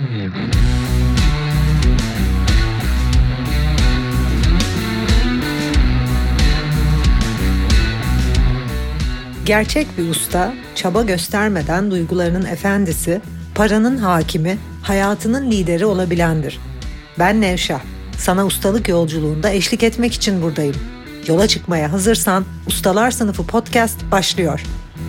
Gerçek bir usta, çaba göstermeden duygularının efendisi, paranın hakimi, hayatının lideri olabilendir. Ben Nevşah, sana ustalık yolculuğunda eşlik etmek için buradayım. Yola çıkmaya hazırsan Ustalar Sınıfı Podcast başlıyor.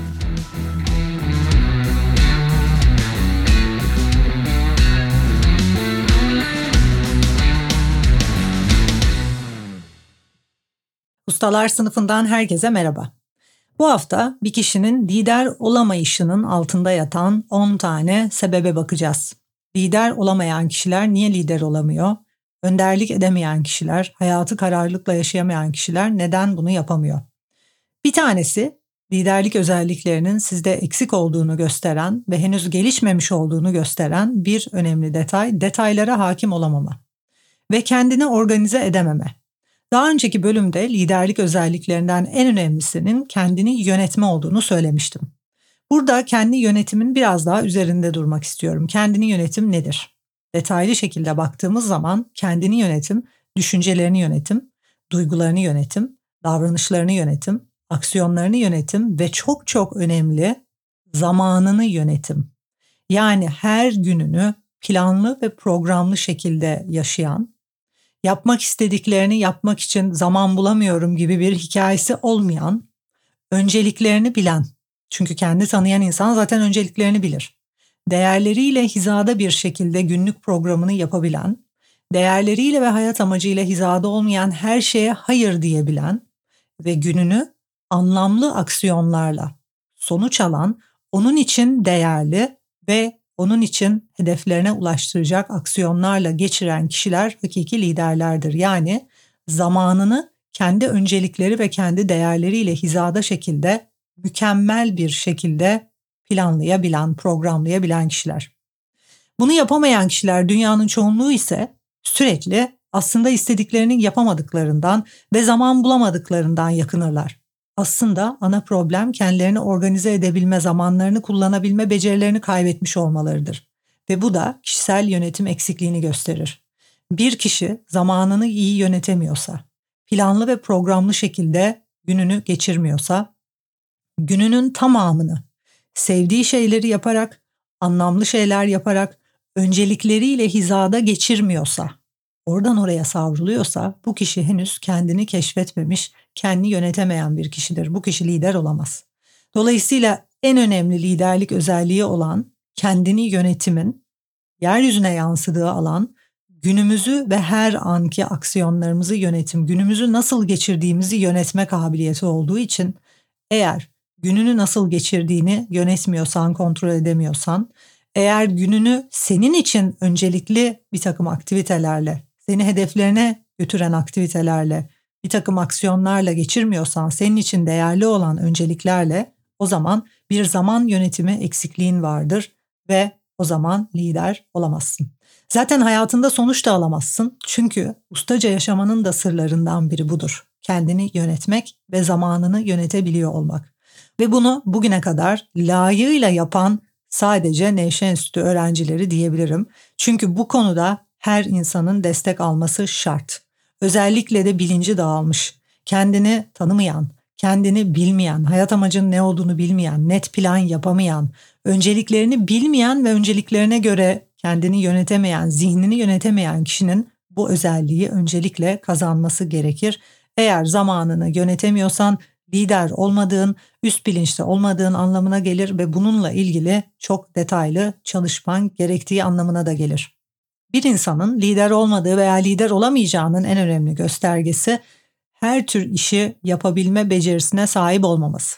Ustalar Sınıfı'ndan herkese merhaba. Bu hafta bir kişinin lider olamayışının altında yatan 10 tane sebebe bakacağız. Lider olamayan kişiler niye lider olamıyor? Önderlik edemeyen kişiler, hayatı kararlılıkla yaşayamayan kişiler neden bunu yapamıyor? Bir tanesi liderlik özelliklerinin sizde eksik olduğunu gösteren ve henüz gelişmemiş olduğunu gösteren bir önemli detay, detaylara hakim olamama ve kendini organize edememe. Daha önceki bölümde liderlik özelliklerinden en önemlisinin kendini yönetme olduğunu söylemiştim. Burada kendi yönetimin biraz daha üzerinde durmak istiyorum. Kendini yönetim nedir? Detaylı şekilde baktığımız zaman kendini yönetim, düşüncelerini yönetim, duygularını yönetim, davranışlarını yönetim, aksiyonlarını yönetim ve çok çok önemli zamanını yönetim. Yani her gününü planlı ve programlı şekilde yaşayan, yapmak istediklerini yapmak için zaman bulamıyorum gibi bir hikayesi olmayan, önceliklerini bilen, çünkü kendi tanıyan insan zaten önceliklerini bilir. Değerleriyle hizada bir şekilde günlük programını yapabilen, değerleriyle ve hayat amacıyla hizada olmayan her şeye hayır diyebilen ve gününü anlamlı aksiyonlarla sonuç alan, onun için değerli ve onun için hedeflerine ulaştıracak aksiyonlarla geçiren kişiler hakiki liderlerdir. Yani zamanını kendi öncelikleri ve kendi değerleriyle hizada şekilde mükemmel bir şekilde planlayabilen, programlayabilen kişiler. Bunu yapamayan kişiler, dünyanın çoğunluğu ise sürekli aslında istediklerini yapamadıklarından ve zaman bulamadıklarından yakınırlar. Aslında ana problem kendilerini organize edebilme, zamanlarını kullanabilme becerilerini kaybetmiş olmalarıdır. Ve bu da kişisel yönetim eksikliğini gösterir. Bir kişi zamanını iyi yönetemiyorsa, planlı ve programlı şekilde gününü geçirmiyorsa, gününün tamamını sevdiği şeyleri yaparak, anlamlı şeyler yaparak, öncelikleriyle hizada geçirmiyorsa, oradan oraya savruluyorsa bu kişi henüz kendini keşfetmemiş, kendini yönetemeyen bir kişidir. Bu kişi lider olamaz. Dolayısıyla en önemli liderlik özelliği olan kendini yönetimin yeryüzüne yansıdığı alan, günümüzü ve her anki aksiyonlarımızı yönetim, günümüzü nasıl geçirdiğimizi yönetme kabiliyeti olduğu için eğer gününü nasıl geçirdiğini yönetmiyorsan, kontrol edemiyorsan, eğer gününü senin için öncelikli bir takım aktivitelerle, seni hedeflerine götüren aktivitelerle, bir takım aksiyonlarla geçirmiyorsan, senin için değerli olan önceliklerle, o zaman bir zaman yönetimi eksikliğin vardır ve o zaman lider olamazsın. Zaten hayatında sonuç da alamazsın. Çünkü ustaca yaşamanın da sırlarından biri budur. Kendini yönetmek ve zamanını yönetebiliyor olmak. Ve bunu bugüne kadar layığıyla yapan sadece Nevşehir Enstitüsü öğrencileri diyebilirim. Çünkü bu konuda her insanın destek alması şart. Özellikle de bilinci dağılmış, kendini tanımayan, kendini bilmeyen, hayat amacının ne olduğunu bilmeyen, net plan yapamayan, önceliklerini bilmeyen ve önceliklerine göre kendini yönetemeyen, zihnini yönetemeyen kişinin bu özelliği öncelikle kazanması gerekir. Eğer zamanını yönetemiyorsan lider olmadığın, üst bilinçte olmadığın anlamına gelir ve bununla ilgili çok detaylı çalışman gerektiği anlamına da gelir. Bir insanın lider olmadığı veya lider olamayacağının en önemli göstergesi her tür işi yapabilme becerisine sahip olmaması.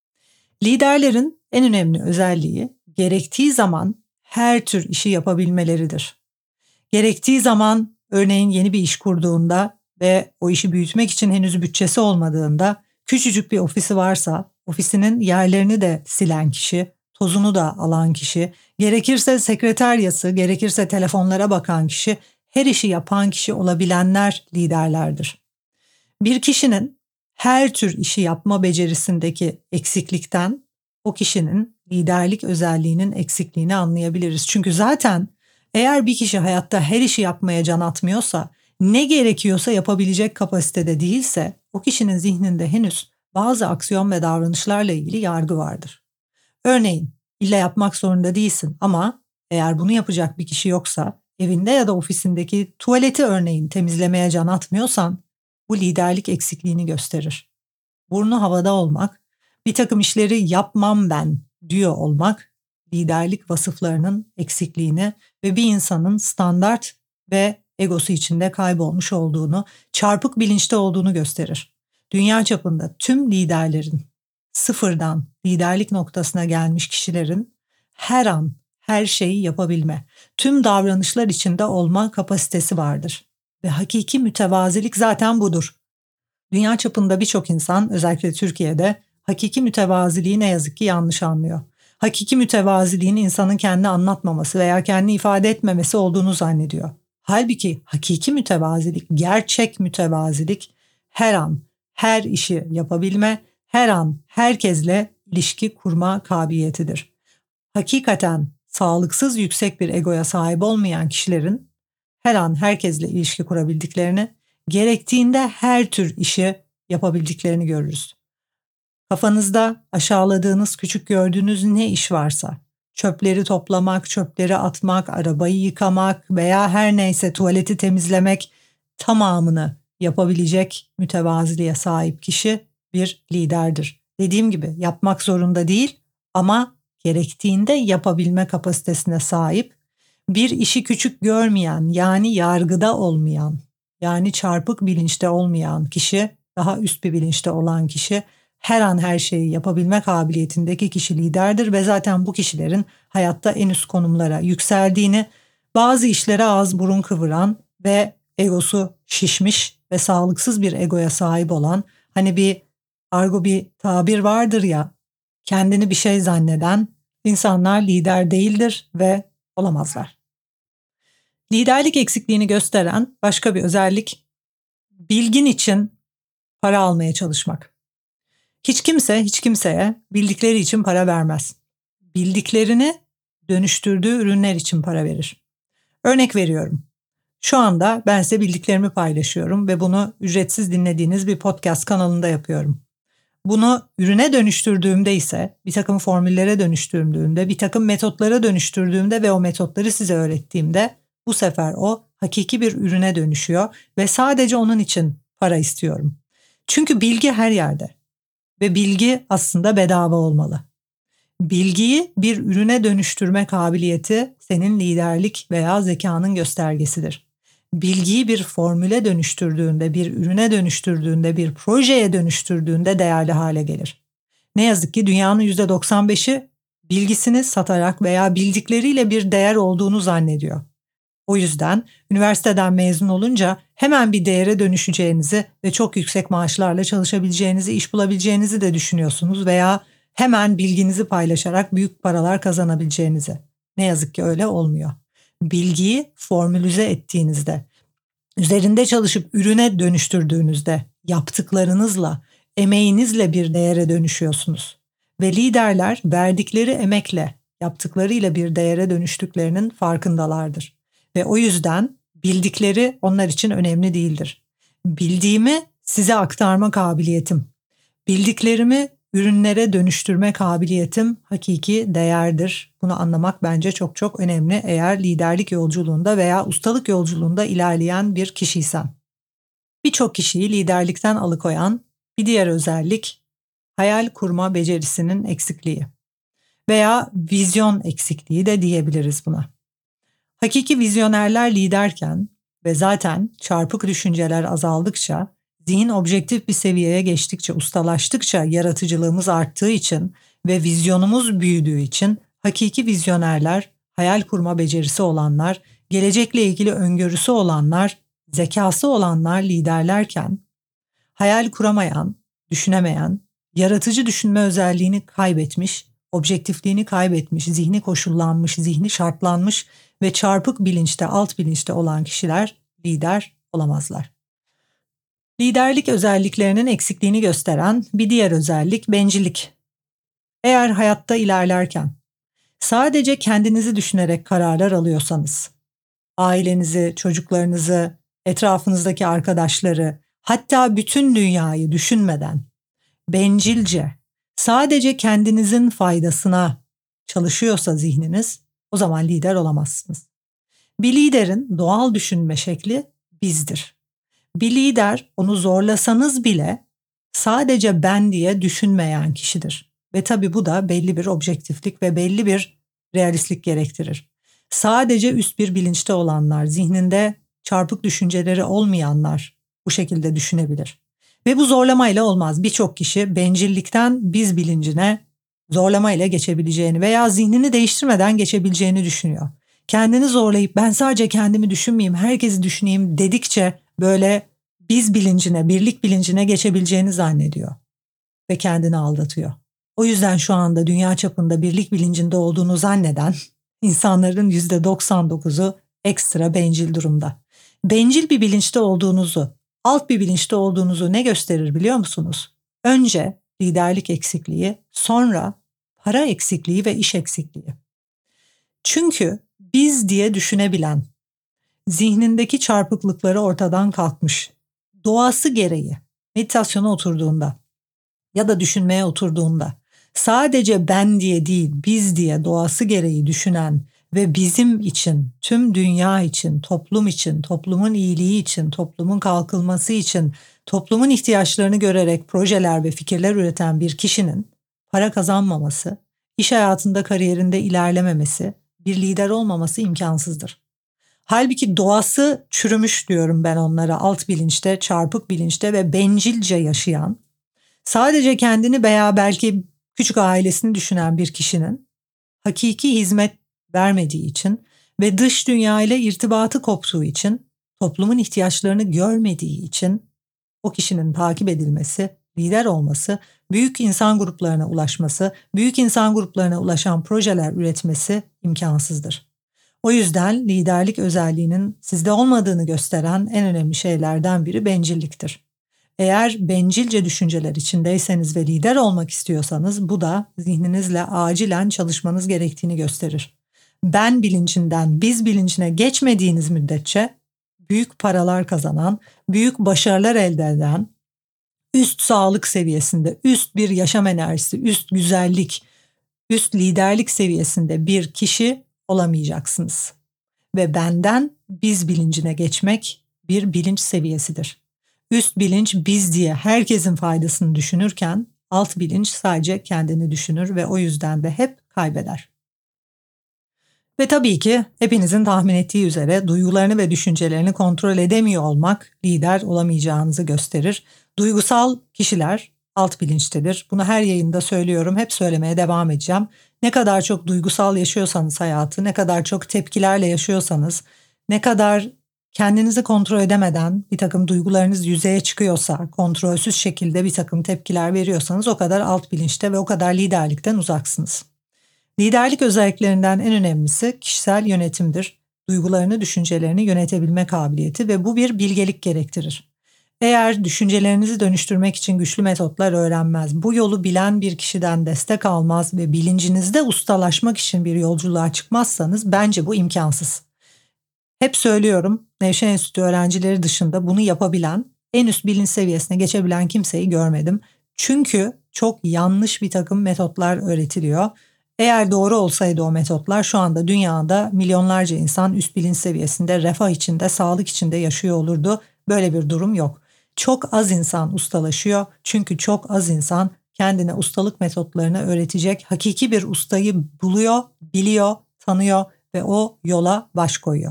Liderlerin en önemli özelliği gerektiği zaman her tür işi yapabilmeleridir. Gerektiği zaman örneğin yeni bir iş kurduğunda ve o işi büyütmek için henüz bütçesi olmadığında küçücük bir ofisi varsa ofisinin yerlerini de silen kişi, tozunu da alan kişi, gerekirse sekreteryası, gerekirse telefonlara bakan kişi, her işi yapan kişi olabilenler liderlerdir. Bir kişinin her tür işi yapma becerisindeki eksiklikten o kişinin liderlik özelliğinin eksikliğini anlayabiliriz. Çünkü zaten Eğer bir kişi hayatta her işi yapmaya can atmıyorsa, ne gerekiyorsa yapabilecek kapasitede değilse, o kişinin zihninde henüz bazı aksiyon ve davranışlarla ilgili yargı vardır. Örneğin, illa yapmak zorunda değilsin ama eğer bunu yapacak bir kişi yoksa, evinde ya da ofisindeki tuvaleti örneğin temizlemeye can atmıyorsan, bu liderlik eksikliğini gösterir. Burnu havada olmak, bir takım işleri yapmam ben diyor olmak, liderlik vasıflarının eksikliğini ve bir insanın standart ve egosu içinde kaybolmuş olduğunu, çarpık bilinçte olduğunu gösterir. Dünya çapında tüm liderlerin, sıfırdan liderlik noktasına gelmiş kişilerin her an her şeyi yapabilme, tüm davranışlar içinde olma kapasitesi vardır. Ve hakiki mütevazilik zaten budur. Dünya çapında birçok insan, özellikle Türkiye'de, hakiki mütevaziliği ne yazık ki yanlış anlıyor. Hakiki mütevaziliğin insanın kendini anlatmaması veya kendini ifade etmemesi olduğunu zannediyor. Halbuki hakiki mütevazilik, gerçek mütevazilik her an her işi yapabilme, her an herkesle ilişki kurma kabiliyetidir. Hakikaten sağlıksız yüksek bir egoya sahip olmayan kişilerin her an herkesle ilişki kurabildiklerini, gerektiğinde her tür işi yapabildiklerini görürüz. Kafanızda aşağıladığınız, küçük gördüğünüz ne iş varsa, çöpleri toplamak, çöpleri atmak, arabayı yıkamak veya her neyse tuvaleti temizlemek, tamamını yapabilecek mütevaziliğe sahip kişi bir liderdir. Dediğim gibi yapmak zorunda değil ama gerektiğinde yapabilme kapasitesine sahip, bir işi küçük görmeyen, yani yargıda olmayan, yani çarpık bilinçte olmayan kişi, daha üst bir bilinçte olan kişi, her an her şeyi yapabilme kabiliyetindeki kişi liderdir ve zaten bu kişilerin hayatta en üst konumlara yükseldiğini, bazı işlere ağız burun kıvıran ve egosu şişmiş ve sağlıksız bir egoya sahip olan, hani bir argo bir tabir vardır ya, kendini bir şey zanneden insanlar lider değildir ve olamazlar. Liderlik eksikliğini gösteren başka bir özellik, bilgin için para almaya çalışmak. Hiç kimse hiç kimseye bildikleri için para vermez. Bildiklerini dönüştürdüğü ürünler için para verir. Örnek veriyorum. Şu anda ben size bildiklerimi paylaşıyorum ve bunu ücretsiz dinlediğiniz bir podcast kanalında yapıyorum. Bunu ürüne dönüştürdüğümde ise, bir takım formüllere dönüştürdüğümde, bir takım metotlara dönüştürdüğümde ve o metotları size öğrettiğimde, bu sefer o hakiki bir ürüne dönüşüyor ve sadece onun için para istiyorum. Çünkü bilgi her yerde ve bilgi aslında bedava olmalı. Bilgiyi bir ürüne dönüştürme kabiliyeti senin liderlik veya zekanın göstergesidir. Bilgiyi bir formüle dönüştürdüğünde, bir ürüne dönüştürdüğünde, bir projeye dönüştürdüğünde değerli hale gelir. Ne yazık ki dünyanın %95'i bilgisini satarak veya bildikleriyle bir değer olduğunu zannediyor. O yüzden üniversiteden mezun olunca hemen bir değere dönüşeceğinizi ve çok yüksek maaşlarla çalışabileceğinizi, iş bulabileceğinizi de düşünüyorsunuz veya hemen bilginizi paylaşarak büyük paralar kazanabileceğinizi. Ne yazık ki öyle olmuyor. Bilgiyi formülize ettiğinizde, üzerinde çalışıp ürüne dönüştürdüğünüzde yaptıklarınızla, emeğinizle bir değere dönüşüyorsunuz. Ve liderler verdikleri emekle, yaptıklarıyla bir değere dönüştüklerinin farkındalardır. Ve o yüzden bildikleri onlar için önemli değildir. Bildiğimi size aktarma kabiliyetim, bildiklerimi ürünlere dönüştürme kabiliyetim hakiki değerdir. Bunu anlamak bence çok çok önemli eğer liderlik yolculuğunda veya ustalık yolculuğunda ilerleyen bir kişiysen. Birçok kişiyi liderlikten alıkoyan bir diğer özellik hayal kurma becerisinin eksikliği veya vizyon eksikliği de diyebiliriz buna. Hakiki vizyonerler liderken ve zaten çarpık düşünceler azaldıkça, zihin objektif bir seviyeye geçtikçe, ustalaştıkça, yaratıcılığımız arttığı için ve vizyonumuz büyüdüğü için hakiki vizyonerler, hayal kurma becerisi olanlar, gelecekle ilgili öngörüsü olanlar, zekası olanlar liderlerken, hayal kuramayan, düşünemeyen, yaratıcı düşünme özelliğini kaybetmiş, objektifliğini kaybetmiş, zihni koşullanmış, zihni şartlanmış ve çarpık bilinçte, alt bilinçte olan kişiler lider olamazlar. Liderlik özelliklerinin eksikliğini gösteren bir diğer özellik bencillik. Eğer hayatta ilerlerken sadece kendinizi düşünerek kararlar alıyorsanız, ailenizi, çocuklarınızı, etrafınızdaki arkadaşları, hatta bütün dünyayı düşünmeden, bencilce, sadece kendinizin faydasına çalışıyorsa zihniniz, o zaman lider olamazsınız. Bir liderin doğal düşünme şekli bizdir. Bir lider onu zorlasanız bile sadece ben diye düşünmeyen kişidir. Ve tabii bu da belli bir objektiflik ve belli bir realistlik gerektirir. Sadece üst bir bilinçte olanlar, zihninde çarpık düşünceleri olmayanlar bu şekilde düşünebilir. Ve bu zorlamayla olmaz. Birçok kişi bencillikten biz bilincine zorlamayla geçebileceğini veya zihnini değiştirmeden geçebileceğini düşünüyor. Kendini zorlayıp ben sadece kendimi düşünmeyeyim, herkesi düşüneyim dedikçe böyle biz bilincine, birlik bilincine geçebileceğini zannediyor ve kendini aldatıyor. O yüzden şu anda dünya çapında birlik bilincinde olduğunu zanneden insanların %99'u ekstra bencil durumda. Bencil bir bilinçte olduğunuzu, alt bir bilinçte olduğunuzu ne gösterir biliyor musunuz? Önce liderlik eksikliği, sonra para eksikliği ve iş eksikliği. Çünkü biz diye düşünebilen, zihnindeki çarpıklıkları ortadan kalkmış, doğası gereği meditasyona oturduğunda ya da düşünmeye oturduğunda sadece ben diye değil biz diye doğası gereği düşünen ve bizim için, tüm dünya için, toplum için, toplumun iyiliği için, toplumun kalkınması için, toplumun ihtiyaçlarını görerek projeler ve fikirler üreten bir kişinin para kazanmaması, iş hayatında kariyerinde ilerlememesi, bir lider olmaması imkansızdır. Halbuki doğası çürümüş diyorum ben onlara, alt bilinçte, çarpık bilinçte ve bencilce yaşayan, sadece kendini veya belki küçük ailesini düşünen bir kişinin hakiki hizmet vermediği için ve dış dünya ile irtibatı koptuğu için, toplumun ihtiyaçlarını görmediği için o kişinin takip edilmesi, lider olması, büyük insan gruplarına ulaşması, büyük insan gruplarına ulaşan projeler üretmesi imkansızdır. O yüzden liderlik özelliğinin sizde olmadığını gösteren en önemli şeylerden biri bencilliktir. Eğer bencilce düşünceler içindeyseniz ve lider olmak istiyorsanız bu da zihninizle acilen çalışmanız gerektiğini gösterir. Ben bilincinden biz bilincine geçmediğiniz müddetçe büyük paralar kazanan, büyük başarılar elde eden, üst sağlık seviyesinde, üst bir yaşam enerjisi, üst güzellik, üst liderlik seviyesinde bir kişi olamayacaksınız. Ve benden biz bilincine geçmek bir bilinç seviyesidir. Üst bilinç biz diye herkesin faydasını düşünürken alt bilinç sadece kendini düşünür ve o yüzden de hep kaybeder. Ve tabii ki hepinizin tahmin ettiği üzere duygularını ve düşüncelerini kontrol edemiyor olmak lider olamayacağınızı gösterir. Duygusal kişiler alt bilinçtedir. Bunu her yayında söylüyorum, hep söylemeye devam edeceğim. Ne kadar çok duygusal yaşıyorsanız hayatı, ne kadar çok tepkilerle yaşıyorsanız, ne kadar kendinizi kontrol edemeden bir takım duygularınız yüzeye çıkıyorsa, kontrolsüz şekilde bir takım tepkiler veriyorsanız o kadar alt bilinçte ve o kadar liderlikten uzaksınız. Liderlik özelliklerinden en önemlisi kişisel yönetimdir. Duygularını, düşüncelerini yönetebilme kabiliyeti ve bu bir bilgelik gerektirir. Eğer düşüncelerinizi dönüştürmek için güçlü metotlar öğrenmez, bu yolu bilen bir kişiden destek almaz ve bilincinizde ustalaşmak için bir yolculuğa çıkmazsanız bence bu imkansız. Hep söylüyorum, Nevşehir Enstitüsü öğrencileri dışında bunu yapabilen, en üst bilinç seviyesine geçebilen kimseyi görmedim. Çünkü çok yanlış bir takım metotlar öğretiliyor. Eğer doğru olsaydı o metotlar şu anda dünyada milyonlarca insan üst bilinç seviyesinde, refah içinde, sağlık içinde yaşıyor olurdu. Böyle bir durum yok. Çok az insan ustalaşıyor çünkü çok az insan kendine ustalık metotlarını öğretecek hakiki bir ustayı buluyor, biliyor, tanıyor ve o yola baş koyuyor.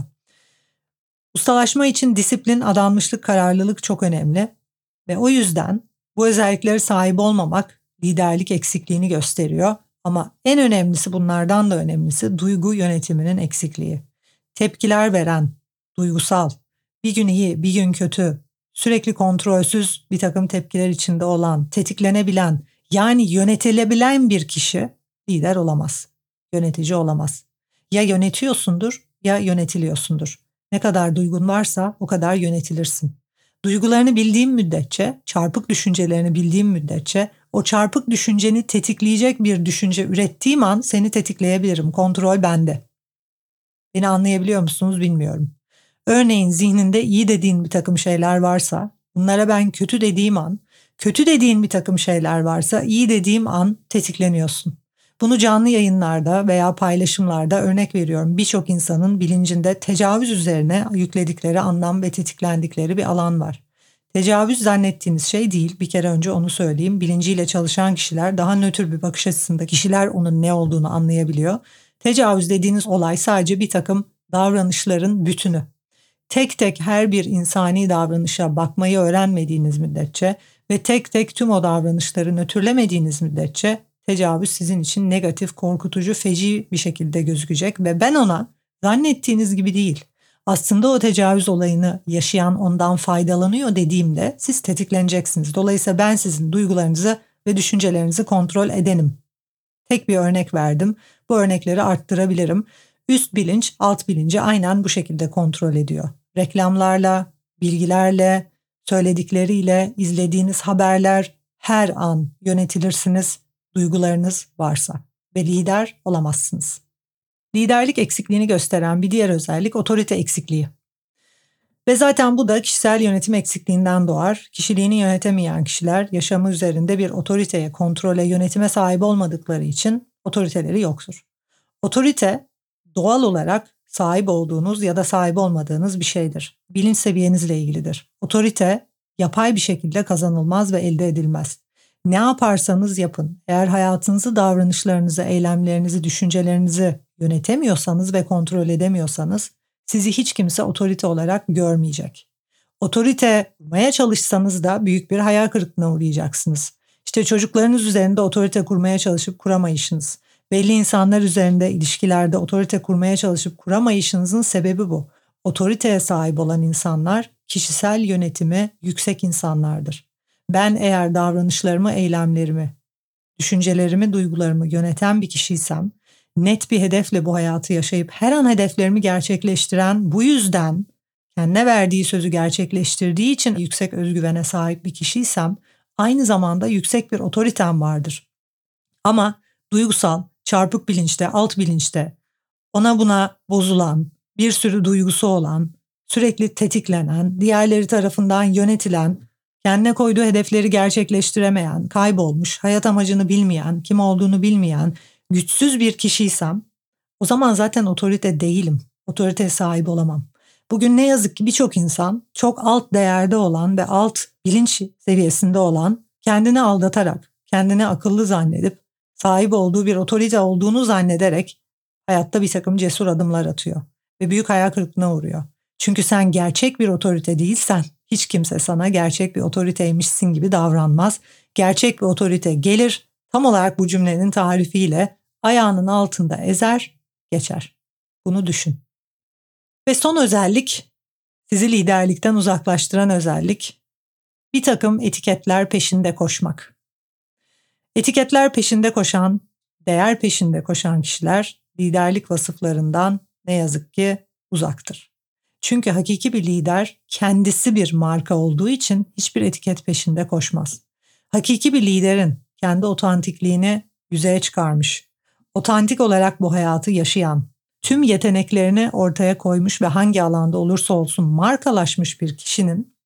Ustalaşma için disiplin, adanmışlık, kararlılık çok önemli ve o yüzden bu özellikleri sahip olmamak liderlik eksikliğini gösteriyor. Ama en önemlisi, bunlardan da önemlisi, duygu yönetiminin eksikliği. Tepkiler veren, duygusal, bir gün iyi, bir gün kötü, sürekli kontrolsüz bir takım tepkiler içinde olan, tetiklenebilen, yani yönetilebilen bir kişi lider olamaz, yönetici olamaz. Ya yönetiyorsundur ya yönetiliyorsundur. Ne kadar duygun varsa o kadar yönetilirsin. Duygularını bildiğin müddetçe, çarpık düşüncelerini bildiğin müddetçe, o çarpık düşünceni tetikleyecek bir düşünce ürettiğim an seni tetikleyebilirim. Kontrol bende. Beni anlayabiliyor musunuz bilmiyorum. Örneğin zihninde iyi dediğin bir takım şeyler varsa, bunlara ben kötü dediğim an, kötü dediğin bir takım şeyler varsa iyi dediğim an tetikleniyorsun. Bunu canlı yayınlarda veya paylaşımlarda örnek veriyorum. Birçok insanın bilincinde tecavüz üzerine yükledikleri anlam ve tetiklendikleri bir alan var. Tecavüz zannettiğiniz şey değil. Bir kere önce onu söyleyeyim. Bilinciyle çalışan kişiler, daha nötr bir bakış açısında kişiler onun ne olduğunu anlayabiliyor. Tecavüz dediğiniz olay sadece bir takım davranışların bütünü. Tek tek her bir insani davranışa bakmayı öğrenmediğiniz müddetçe ve tek tek tüm o davranışları nötrlemediğiniz müddetçe tecavüz sizin için negatif, korkutucu, feci bir şekilde gözükecek ve ben ona zannettiğiniz gibi değil, aslında o tecavüz olayını yaşayan ondan faydalanıyor dediğimde siz tetikleneceksiniz. Dolayısıyla ben sizin duygularınızı ve düşüncelerinizi kontrol edenim. Tek bir örnek verdim. Bu örnekleri arttırabilirim. Üst bilinç, alt bilinci aynen bu şekilde kontrol ediyor. Reklamlarla, bilgilerle, söyledikleriyle, izlediğiniz haberler her an yönetilirsiniz, duygularınız varsa ve lider olamazsınız. Liderlik eksikliğini gösteren bir diğer özellik otorite eksikliği. Ve zaten bu da kişisel yönetim eksikliğinden doğar. Kişiliğini yönetemeyen kişiler yaşamı üzerinde bir otoriteye, kontrole, yönetime sahip olmadıkları için otoriteleri yoktur. Otorite doğal olarak sahip olduğunuz ya da sahip olmadığınız bir şeydir. Bilinç seviyenizle ilgilidir. Otorite yapay bir şekilde kazanılmaz ve elde edilmez. Ne yaparsanız yapın, eğer hayatınızı, davranışlarınızı, eylemlerinizi, düşüncelerinizi yönetemiyorsanız ve kontrol edemiyorsanız sizi hiç kimse otorite olarak görmeyecek. Otorite kurmaya çalışsanız da büyük bir hayal kırıklığına uğrayacaksınız. İşte çocuklarınız üzerinde otorite kurmaya çalışıp kuramayışınız. Belli insanlar üzerinde ilişkilerde otorite kurmaya çalışıp kuramayışınızın sebebi bu. Otoriteye sahip olan insanlar kişisel yönetimi yüksek insanlardır. Ben eğer davranışlarımı, eylemlerimi, düşüncelerimi, duygularımı yöneten bir kişiysem, net bir hedefle bu hayatı yaşayıp her an hedeflerimi gerçekleştiren, bu yüzden kendine verdiği sözü gerçekleştirdiği için yüksek özgüvene sahip bir kişiysem, aynı zamanda yüksek bir otoritem vardır. Ama duygusal, çarpık bilinçte, alt bilinçte, ona buna bozulan, bir sürü duygusu olan, sürekli tetiklenen, diğerleri tarafından yönetilen, kendine koyduğu hedefleri gerçekleştiremeyen, kaybolmuş, hayat amacını bilmeyen, kim olduğunu bilmeyen, güçsüz bir kişiysem o zaman zaten otorite değilim. Otoriteye sahip olamam. Bugün ne yazık ki birçok insan çok alt değerde olan ve alt bilinç seviyesinde olan, kendini aldatarak, kendini akıllı zannedip, sahip olduğu bir otorite olduğunu zannederek hayatta bir takım cesur adımlar atıyor ve büyük hayal kırıklığına uğruyor. Çünkü sen gerçek bir otorite değilsen hiç kimse sana gerçek bir otoriteymişsin gibi davranmaz. Gerçek bir otorite gelir, tam olarak bu cümlenin tarifiyle ayağının altında ezer, geçer. Bunu düşün. Ve son özellik, sizi liderlikten uzaklaştıran özellik, bir takım etiketler peşinde koşmak. Etiketler peşinde koşan, değer peşinde koşan kişiler liderlik vasıflarından ne yazık ki uzaktır. Çünkü hakiki bir lider kendisi bir marka olduğu için hiçbir etiket peşinde koşmaz. Hakiki bir liderin kendi otantikliğini yüzeye çıkarmış, otantik olarak bu hayatı yaşayan, tüm yeteneklerini ortaya koymuş ve hangi alanda olursa olsun markalaşmış bir kişinin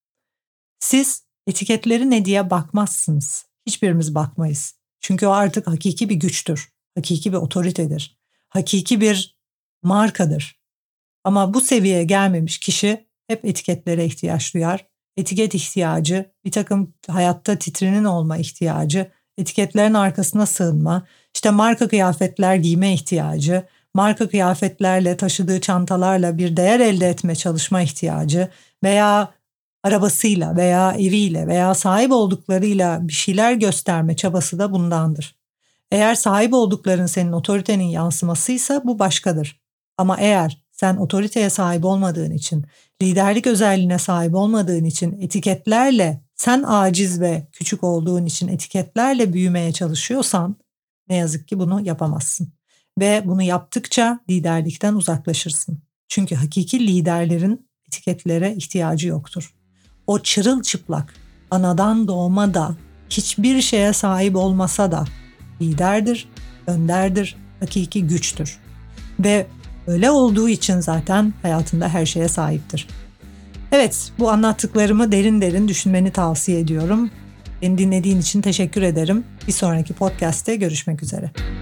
siz etiketleri ne diye bakmazsınız. Hiçbirimiz bakmayız. Çünkü o artık hakiki bir güçtür, hakiki bir otoritedir, hakiki bir markadır. Ama bu seviyeye gelmemiş kişi hep etiketlere ihtiyaç duyar. Etiket ihtiyacı, bir takım hayatta titrinin olma ihtiyacı, etiketlerin arkasına sığınma, işte marka kıyafetler giyme ihtiyacı, marka kıyafetlerle taşıdığı çantalarla bir değer elde etme çalışma ihtiyacı veya arabasıyla veya eviyle veya sahip olduklarıyla bir şeyler gösterme çabası da bundandır. Eğer sahip oldukların senin otoritenin yansımasıysa bu başkadır. Ama eğer sen otoriteye sahip olmadığın için, liderlik özelliğine sahip olmadığın için etiketlerle, sen aciz ve küçük olduğun için etiketlerle büyümeye çalışıyorsan ne yazık ki bunu yapamazsın. Ve bunu yaptıkça liderlikten uzaklaşırsın. Çünkü hakiki liderlerin etiketlere ihtiyacı yoktur. O çırılçıplak, anadan doğma da hiçbir şeye sahip olmasa da liderdir, önderdir, hakiki güçtür. Ve Öyle olduğu için zaten hayatında her şeye sahiptir. Evet, bu anlattıklarımı derin derin düşünmeni tavsiye ediyorum. Beni dinlediğin için teşekkür ederim. Bir sonraki podcast'te görüşmek üzere.